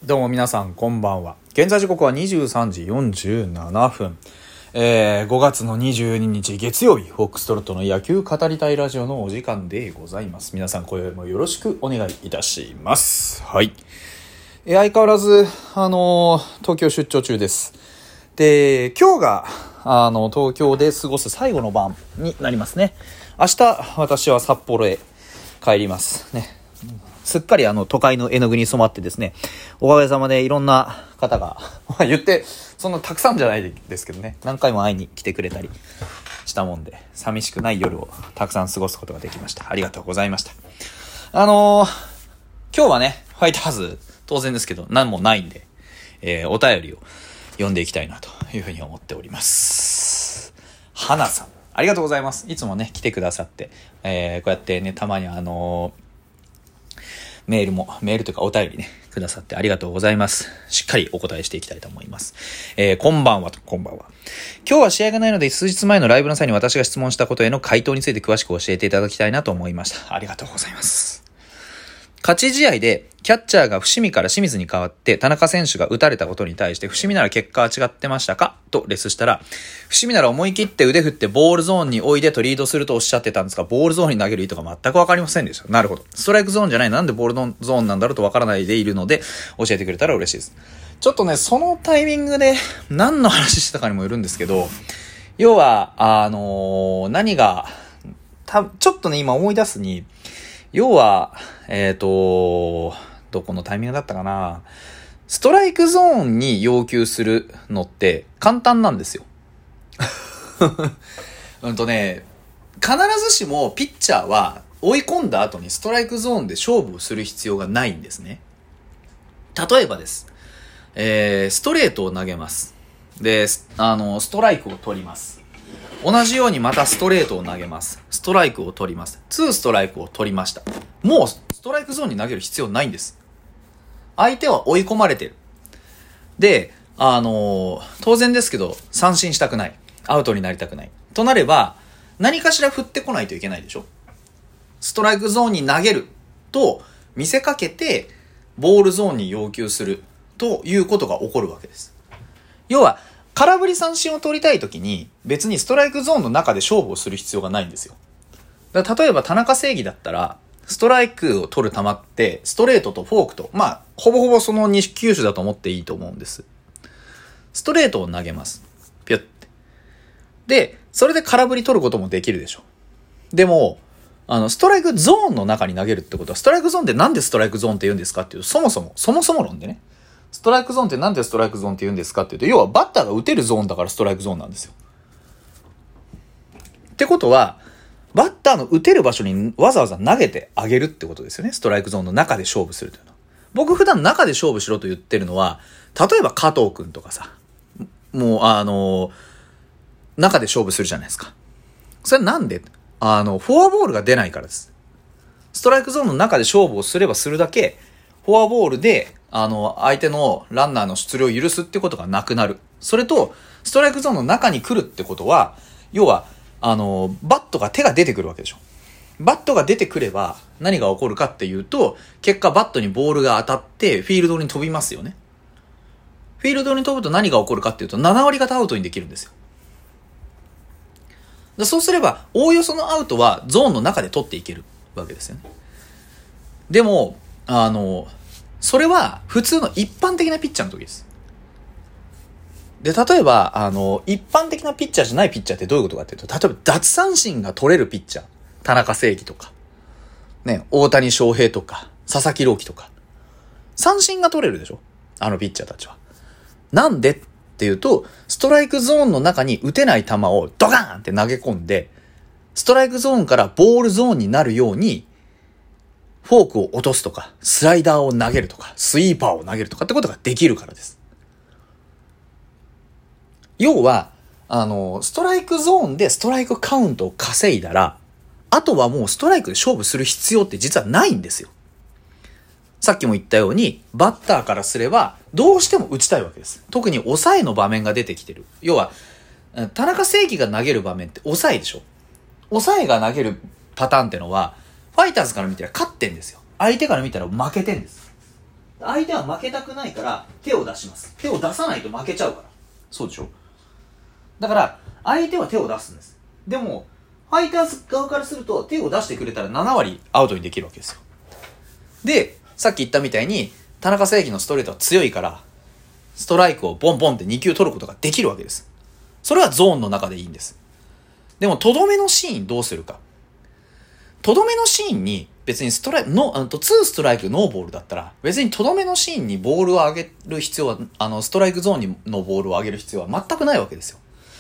どうも皆さんこんばんは。現在時刻は23時47分。5月の22日月曜日、フォックストロットの野球語りたいラジオのお時間でございます。皆さん今宵もよろしくお願いいたします。はい。相変わらず、東京出張中です。で、今日が、東京で過ごす最後の晩になりますね。明日、私は札幌へ帰りますね。すっかり都会の絵の具に染まってですね、おかげさまでいろんな方が言ってそんなたくさんじゃないですけどね、何回も会いに来てくれたりしたもんで、寂しくない夜をたくさん過ごすことができました。ありがとうございました。今日はね、ファイターズ当然ですけど何もないんで、お便りを読んでいきたいなというふうに思っております。花さん、ありがとうございます。いつもね来てくださって、こうやってねたまにメールというかお便りね、くださってありがとうございます。しっかりお答えしていきたいと思います。こんばんは。今日は試合がないので、数日前のライブの際に私が質問したことへの回答について詳しく教えていただきたいなと思いました。ありがとうございます。勝ち試合でキャッチャーが伏見から清水に変わって田中選手が打たれたことに対して、伏見なら結果は違ってましたかとレスしたら、伏見なら思い切って腕振ってボールゾーンにおいでとリードするとおっしゃってたんですが、ボールゾーンに投げる意図が全くわかりませんでした。なるほど。ストライクゾーンじゃない、なんでボールゾーンなんだろうとわからないでいるので教えてくれたら嬉しいです。ちょっとね、そのタイミングで何の話してたかにもよるんですけど、要は何がちょっとね今思い出すに、要はどこのタイミングだったかな。ストライクゾーンに要求するのって簡単なんですよ。必ずしもピッチャーは追い込んだ後にストライクゾーンで勝負をする必要がないんですね。例えばです。ストレートを投げます。で、ストライクを取ります。同じようにまたストレートを投げます。ストライクを取ります。2ストライクを取りました。もうストライクゾーンに投げる必要ないんです。相手は追い込まれてる。で、当然ですけど、三振したくない。アウトになりたくない。となれば、何かしら振ってこないといけないでしょ。ストライクゾーンに投げると見せかけて、ボールゾーンに要求するということが起こるわけです。要は、空振り三振を取りたいときに、別にストライクゾーンの中で勝負をする必要がないんですよ。だから例えば田中正義だったら、ストライクを取る球って、ストレートとフォークと、ほぼほぼその2球種だと思っていいと思うんです。ストレートを投げます。ピュッて。で、それで空振り取ることもできるでしょ。でも、ストライクゾーンの中に投げるってことは、ストライクゾーンってなんでストライクゾーンって言うんですかっていうと、そもそも論でね。ストライクゾーンってなんでストライクゾーンって言うんですかっていうと、要はバッターが打てるゾーンだからストライクゾーンなんですよ。ってことは、バッターの打てる場所にわざわざ投げてあげるってことですよね。ストライクゾーンの中で勝負するというのは。僕普段中で勝負しろと言ってるのは、例えば加藤くんとかさ、もう中で勝負するじゃないですか。それなんでフォアボールが出ないからです。ストライクゾーンの中で勝負をすればするだけ、フォアボールで、相手のランナーの出塁を許すってことがなくなる。それと、ストライクゾーンの中に来るってことは、要は、バットが手が出てくるわけでしょ。バットが出てくれば何が起こるかっていうと、結果バットにボールが当たってフィールドに飛びますよね。フィールドに飛ぶと何が起こるかっていうと、7割方アウトにできるんですよ。そうすれば、おおよそのアウトはゾーンの中で取っていけるわけですよね。でも、それは普通の一般的なピッチャーの時です。で、例えば、一般的なピッチャーじゃないピッチャーってどういうことかっていうと、例えば奪三振が取れるピッチャー。田中正義とか、ね、大谷翔平とか、佐々木朗希とか。三振が取れるでしょ？ピッチャーたちは。なんでっていうと、ストライクゾーンの中に打てない球をドカーンって投げ込んで、ストライクゾーンからボールゾーンになるように、フォークを落とすとか、スライダーを投げるとか、スイーパーを投げるとかってことができるからです。要は、ストライクゾーンでストライクカウントを稼いだら、あとはもうストライクで勝負する必要って実はないんですよ。さっきも言ったように、バッターからすれば、どうしても打ちたいわけです。特に抑えの場面が出てきてる。要は、田中正義が投げる場面って抑えでしょ。抑えが投げるパターンってのは、ファイターズから見たら勝ってんですよ。相手から見たら負けてんです。 相手は負けたくないから手を出します。手を出さないと負けちゃうから。そうでしょ。だから相手は手を出すんです。でもファイターズ側からすると手を出してくれたら7割アウトにできるわけですよ。で、さっき言ったみたいに田中正義のストレートは強いからストライクをボンボンって2球取ることができるわけです。それはゾーンの中でいいんです。でもとどめのシーンどうするか。とどめのシーンに別にストライクの2ストライクノーボールだったら別にとどめのシーンにボールを上げる必要はストライクゾーンのボールを上げる必要は全くないわけですよ。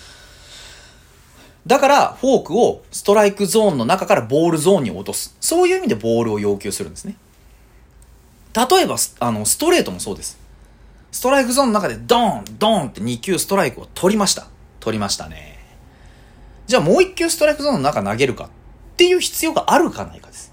だからフォークをストライクゾーンの中からボールゾーンに落とす。そういう意味でボールを要求するんですね。例えばストレートもそうです。ストライクゾーンの中でドーンドーンって2球ストライクを取りましたね。じゃあもう1球ストライクゾーンの中投げるかっていう必要があるかないかです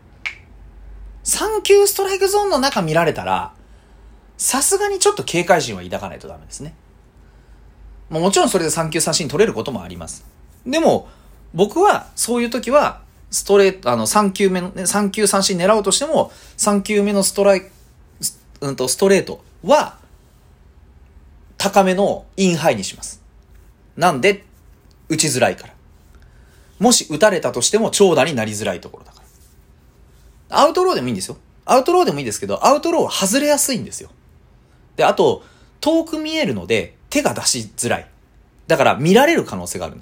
。3球ストライクゾーンの中見られたらさすがにちょっと警戒心は抱かないとダメですね。もちろんそれで3球三振取れることもあります。でも僕はそういう時はストレート3球目のね3球三振狙おうとしても3球目のストレートは高めのインハイにします。なんで打ちづらいから。もし打たれたとしても長打になりづらいところだから。アウトローでもいいんですよ。アウトローでもいいですけど、アウトローは外れやすいんですよ。で、あと遠く見えるので手が出しづらい。だから見られる可能性があるんです。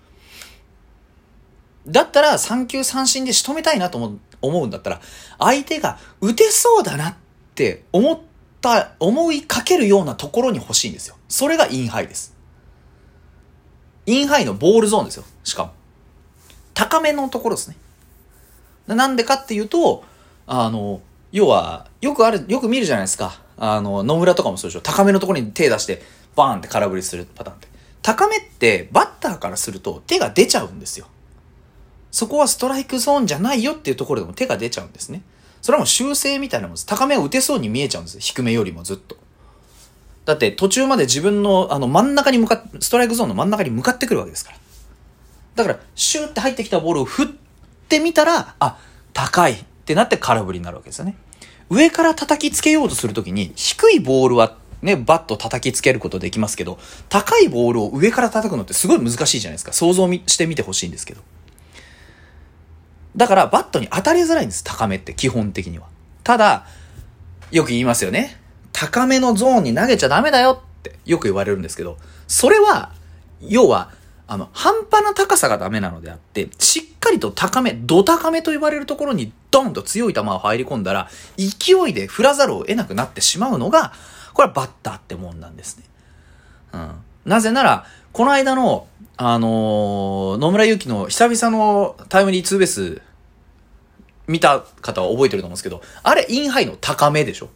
だったら3球三振で仕留めたいなと思うんだったら、相手が打てそうだなって思いかけるようなところに欲しいんですよ。それがインハイです。インハイのボールゾーンですよ。しかも高めのところですね。なんでかっていうと、要はよく見るじゃないですか。野村とかもそうでしょ。高めのところに手出してバーンって空振りするパターンって。高めってバッターからすると手が出ちゃうんですよ。そこはストライクゾーンじゃないよっていうところでも手が出ちゃうんですね。それはもう修正みたいなもんです。高めを打てそうに見えちゃうんです。低めよりもずっと。だって途中まで自分の真ん中にストライクゾーンの真ん中に向かってくるわけですから。だからシューって入ってきたボールを振ってみたら、高いってなって空振りになるわけですよね。上から叩きつけようとするときに低いボールはね、バット叩きつけることできますけど、高いボールを上から叩くのってすごい難しいじゃないですか。想像してみてほしいんですけど。だからバットに当たりづらいんです。高めって基本的には。ただよく言いますよね。高めのゾーンに投げちゃダメだよってよく言われるんですけど、それは要は半端な高さがダメなのであって、しっかりと高め、ド高めと言われるところにドンと強い球を入り込んだら勢いで振らざるを得なくなってしまうのが、これはバッターってもんなんですね。なぜならこの間の野村祐希の久々のタイムリーツーベース見た方は覚えてると思うんですけど、あれインハイの高めでしょ。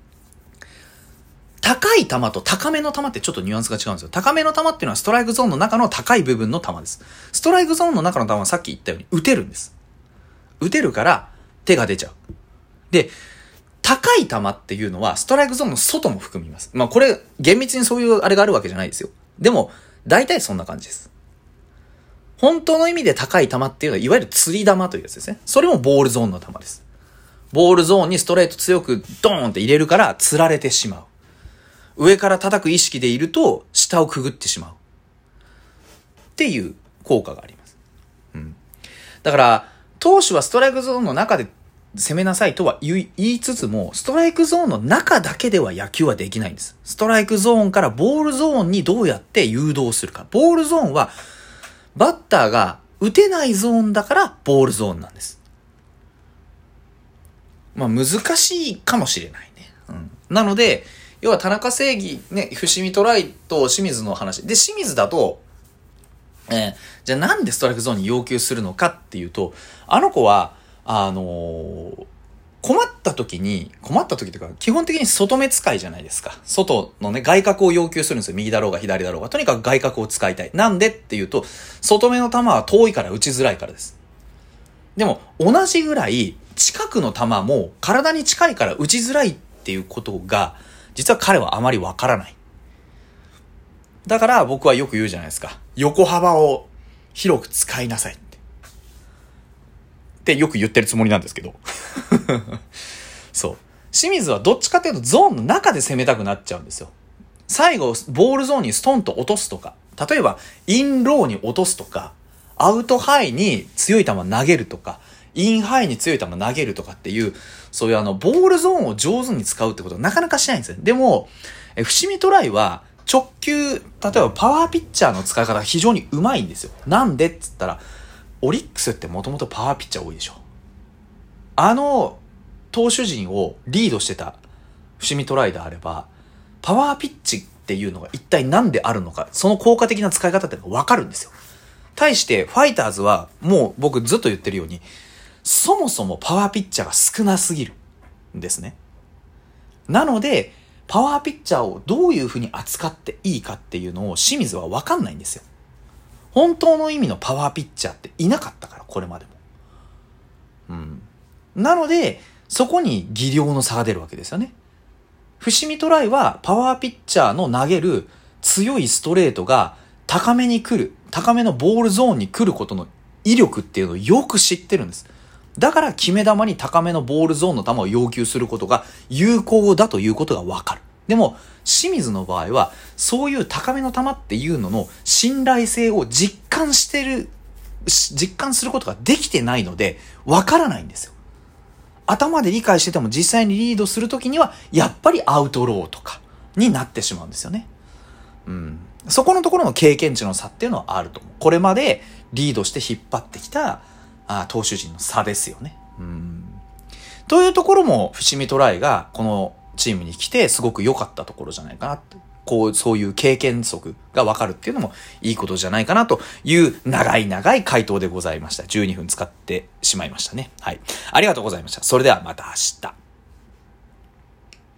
高い球と高めの球ってちょっとニュアンスが違うんですよ。高めの球っていうのはストライクゾーンの中の高い部分の球です。ストライクゾーンの中の球はさっき言ったように打てるんです。打てるから手が出ちゃう。で、高い球っていうのはストライクゾーンの外も含みます。これ厳密にそういうあれがあるわけじゃないですよ。でも大体そんな感じです。本当の意味で高い球っていうのは、いわゆる釣り球というやつですね。それもボールゾーンの球です。ボールゾーンにストレート強くドーンって入れるから釣られてしまう。上から叩く意識でいると下をくぐってしまう。っていう効果があります。だから、投手はストライクゾーンの中で攻めなさいとは言いつつも、ストライクゾーンの中だけでは野球はできないんです。ストライクゾーンからボールゾーンにどうやって誘導するか。ボールゾーンはバッターが打てないゾーンだからボールゾーンなんです。難しいかもしれないね。なので、要は田中正義ね、伏見トライと清水の話で、清水だと、じゃあなんでストライクゾーンに要求するのかっていうと、あの子は困った時というか基本的に外目使いじゃないですか。外のね、外角を要求するんですよ。右だろうが左だろうが。とにかく外角を使いたい。なんでっていうと、外目の球は遠いから打ちづらいからです。でも、同じぐらい近くの球も体に近いから打ちづらいっていうことが、実は彼はあまりわからない。だから僕はよく言うじゃないですか。横幅を広く使いなさいって。ってよく言ってるつもりなんですけど。そう。 清水はどっちかというとゾーンの中で攻めたくなっちゃうんですよ。最後、ボールゾーンにストンと落とすとか、例えば、インローに落とすとか、アウトハイに強い球投げるとか、インハイに強い球投げるとかっていう、そういうボールゾーンを上手に使うってことはなかなかしないんですよ。でも、伏見トライは直球、例えばパワーピッチャーの使い方が非常にうまいんですよ。なんでっつったら、オリックスってもともとパワーピッチャー多いでしょ。投手陣をリードしてた伏見トライであれば、パワーピッチっていうのが一体何であるのか、その効果的な使い方っていうのが分かるんですよ。対してファイターズはもう僕ずっと言ってるように、そもそもパワーピッチャーが少なすぎるんですね。なので、パワーピッチャーをどういう風に扱っていいかっていうのを清水は分かんないんですよ。本当の意味のパワーピッチャーっていなかったから、これまでも。なので、そこに技量の差が出るわけですよね。伏見トライはパワーピッチャーの投げる強いストレートが高めに来る、高めのボールゾーンに来ることの威力っていうのをよく知ってるんです。だから決め球に高めのボールゾーンの球を要求することが有効だということがわかる。でも、清水の場合は、そういう高めの球っていうのの信頼性を実感することができてないので、わからないんですよ。頭で理解してても実際にリードするときには、やっぱりアウトローとかになってしまうんですよね。そこのところの経験値の差っていうのはあると思う。これまでリードして引っ張ってきた投手陣の差ですよね。というところも伏見トライがこのチームに来てすごく良かったところじゃないかなって。そういう経験則が分かるっていうのもいいことじゃないかなという長い回答でございました。12分使ってしまいましたね。はい。ありがとうございました。それではまた明日。